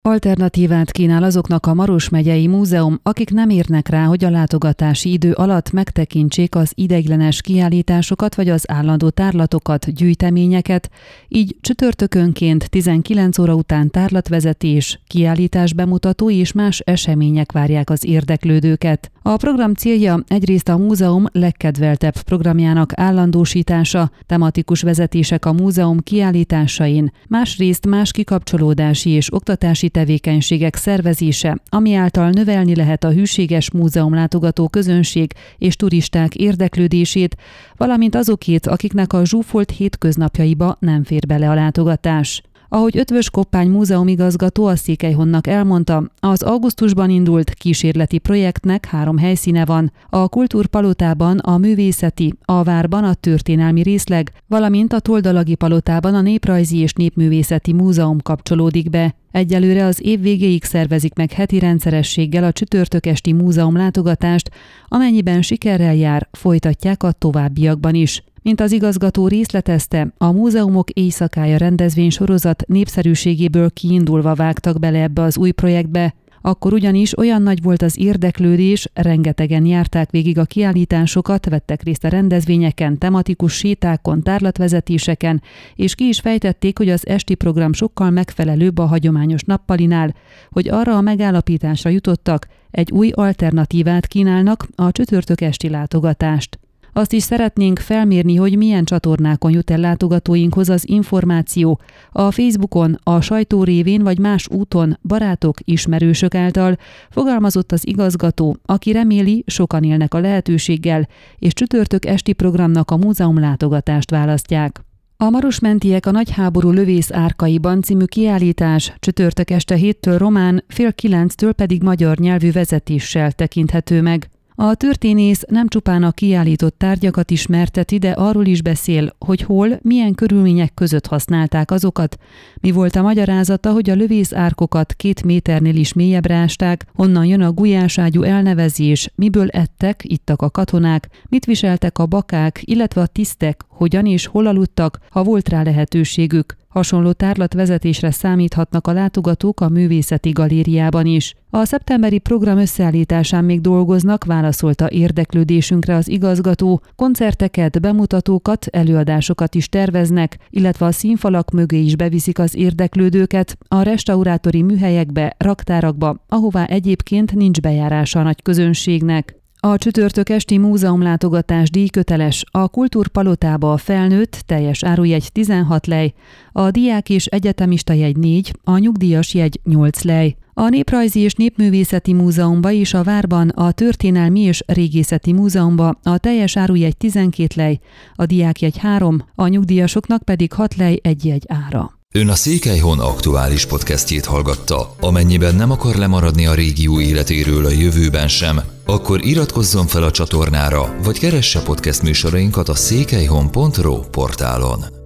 Alternatívát kínál azoknak a Maros megyei múzeum, akik nem érnek rá, hogy a látogatási idő alatt megtekintsék az ideiglenes kiállításokat vagy az állandó tárlatokat, gyűjteményeket, így csütörtökönként 19 óra után tárlatvezetés, kiállítás bemutató és más események várják az érdeklődőket. A program célja egyrészt a múzeum legkedveltebb programjának állandósítása, tematikus vezetések a múzeum kiállításain, másrészt más kikapcsolódási és oktatási tevékenységek szervezése, ami által növelni lehet a hűséges múzeumlátogató közönség és turisták érdeklődését, valamint azokét, akiknek a zsúfolt hétköznapjaiba nem fér bele a látogatás. Ahogy Eötvös Koppány múzeumigazgató a Székelyhonnak elmondta, az augusztusban indult kísérleti projektnek 3 helyszíne van, a Kultúrpalotában a művészeti, a Várban a történelmi részleg, valamint a Toldalagi Palotában a Néprajzi és Népművészeti Múzeum kapcsolódik be. Egyelőre az év végéig szervezik meg heti rendszerességgel a csütörtök esti múzeumlátogatást, amennyiben sikerrel jár, folytatják a továbbiakban is. Mint az igazgató részletezte, a Múzeumok éjszakája rendezvénysorozat népszerűségéből kiindulva vágtak bele ebbe az új projektbe, akkor ugyanis olyan nagy volt az érdeklődés, rengetegen járták végig a kiállításokat, vettek részt a rendezvényeken, tematikus sétákon, tárlatvezetéseken, és ki is fejtették, hogy az esti program sokkal megfelelőbb a hagyományos nappalinál, hogy arra a megállapításra jutottak, egy új alternatívát kínálnak, a csütörtök esti látogatást. Azt is szeretnénk felmérni, hogy milyen csatornákon jut el látogatóinkhoz az információ, a Facebookon, a sajtó révén vagy más úton, barátok, ismerősök által, fogalmazott az igazgató, aki reméli, sokan élnek a lehetőséggel, és csütörtök esti programnak a múzeumlátogatást választják. A Marosmentiek a nagyháború lövész árkaiban című kiállítás csütörtök este 7-től román, fél 9-től pedig magyar nyelvű vezetéssel tekinthető meg. A történész nem csupán a kiállított tárgyakat ismerteti, de arról is beszél, hogy hol, milyen körülmények között használták azokat, mi volt a magyarázata, hogy a lövész árkokat 2 méternél is mélyebbre ásták, honnan jön a gulyáságyú elnevezés, miből ettek, ittak a katonák, mit viseltek a bakák, illetve a tisztek, hogyan és hol aludtak, ha volt rá lehetőségük. Hasonló tárlatvezetésre számíthatnak a látogatók a művészeti galériában is. A szeptemberi program összeállításán még dolgoznak, válaszolta érdeklődésünkre az igazgató, koncerteket, bemutatókat, előadásokat is terveznek, illetve a színfalak mögé is beviszik az érdeklődőket, a restaurátori műhelyekbe, raktárakba, ahová egyébként nincs bejárása a nagy közönségnek. A csütörtök esti múzeumlátogatás díjköteles, a Kultúrpalotába a felnőtt, teljes árujegy 16 lej, a diák és egyetemista jegy 4, a nyugdíjas jegy 8 lej. A Néprajzi és Népművészeti Múzeumba és a Várban a Történelmi és Régészeti Múzeumba a teljes árujegy 12 lej, a diákjegy 3, a nyugdíjasoknak pedig 6 lej egy jegy ára. Ön a Székelyhon aktuális podcastjét hallgatta. Amennyiben nem akar lemaradni a régió életéről a jövőben sem, akkor iratkozzon fel a csatornára, vagy keresse podcast műsorainkat a székelyhon.ro portálon.